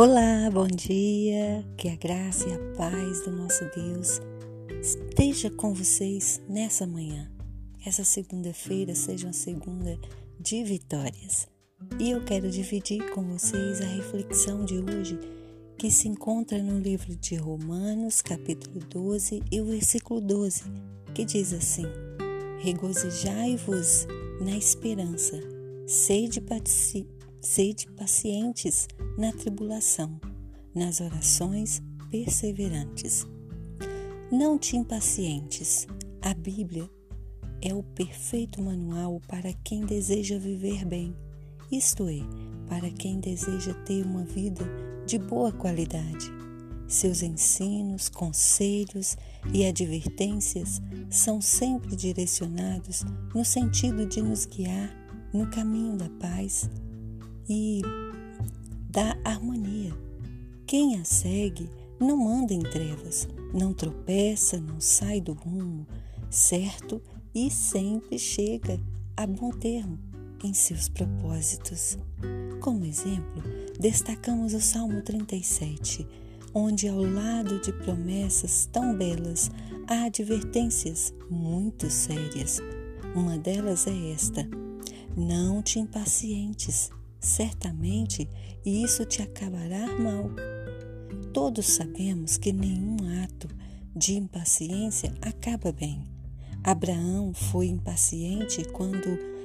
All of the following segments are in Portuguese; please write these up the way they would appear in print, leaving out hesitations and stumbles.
Olá, bom dia, que a graça e a paz do nosso Deus esteja com vocês nessa manhã. Essa segunda-feira seja uma segunda de vitórias. E eu quero dividir com vocês a reflexão de hoje, que se encontra no livro de Romanos, capítulo 12 e o versículo 12, que diz assim: Regozijai-vos na esperança, sede pacientes na tribulação, nas orações perseverantes. Não te impacientes. A Bíblia é o perfeito manual para quem deseja viver bem, isto é, para quem deseja ter uma vida de boa qualidade. Seus ensinos, conselhos e advertências são sempre direcionados no sentido de nos guiar no caminho da paz e da harmonia. Quem a segue não anda em trevas, não tropeça, não sai do rumo certo e sempre chega a bom termo em seus propósitos. Como exemplo, destacamos o Salmo 37, onde ao lado de promessas tão belas há advertências muito sérias. Uma delas é esta: não te impacientes. Certamente isso te acabará mal. Todos sabemos que nenhum ato de impaciência acaba bem. Abraão foi impaciente quanto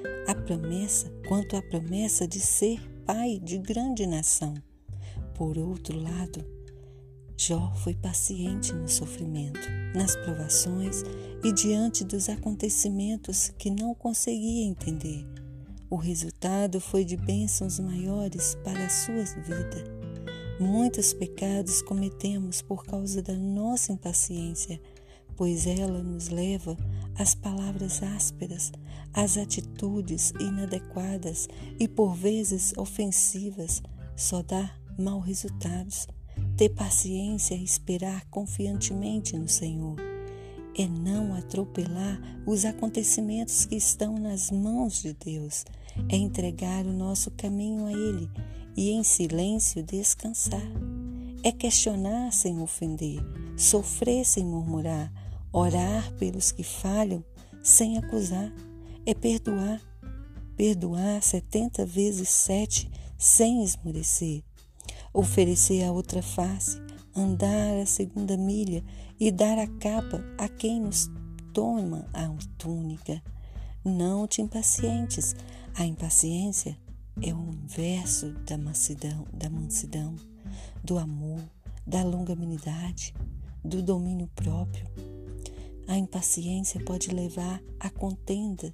à promessa de ser pai de grande nação. Por outro lado, Jó foi paciente no sofrimento, nas provações e diante dos acontecimentos que não conseguia entender. O resultado foi de bênçãos maiores para a sua vida. Muitos pecados cometemos por causa da nossa impaciência, pois ela nos leva às palavras ásperas, às atitudes inadequadas e por vezes ofensivas. Só dá maus resultados. Ter paciência é esperar confiantemente no Senhor. É não atropelar os acontecimentos que estão nas mãos de Deus. É entregar o nosso caminho a Ele e em silêncio descansar. É questionar sem ofender, sofrer sem murmurar, orar pelos que falham sem acusar. É perdoar 70 vezes 7 sem esmorecer. Oferecer a outra face, andar a segunda milha e dar a capa a quem nos toma a túnica. Não te impacientes. A impaciência é o inverso da mansidão, do amor, da longanimidade, do domínio próprio. A impaciência pode levar à contenda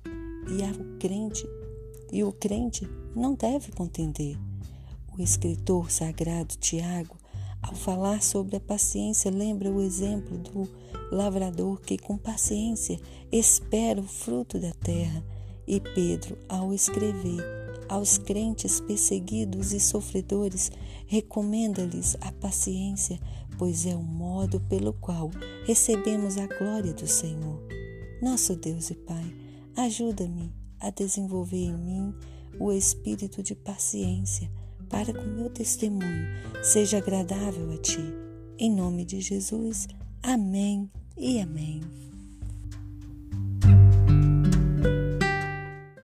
e o crente não deve contender. O escritor sagrado Tiago, ao falar sobre a paciência, lembra o exemplo do lavrador que com paciência espera o fruto da terra. E Pedro, ao escrever aos crentes perseguidos e sofredores, recomenda-lhes a paciência, pois é o modo pelo qual recebemos a glória do Senhor. Nosso Deus e Pai, ajuda-me a desenvolver em mim o espírito de paciência, para que o meu testemunho seja agradável a Ti. Em nome de Jesus, amém e amém.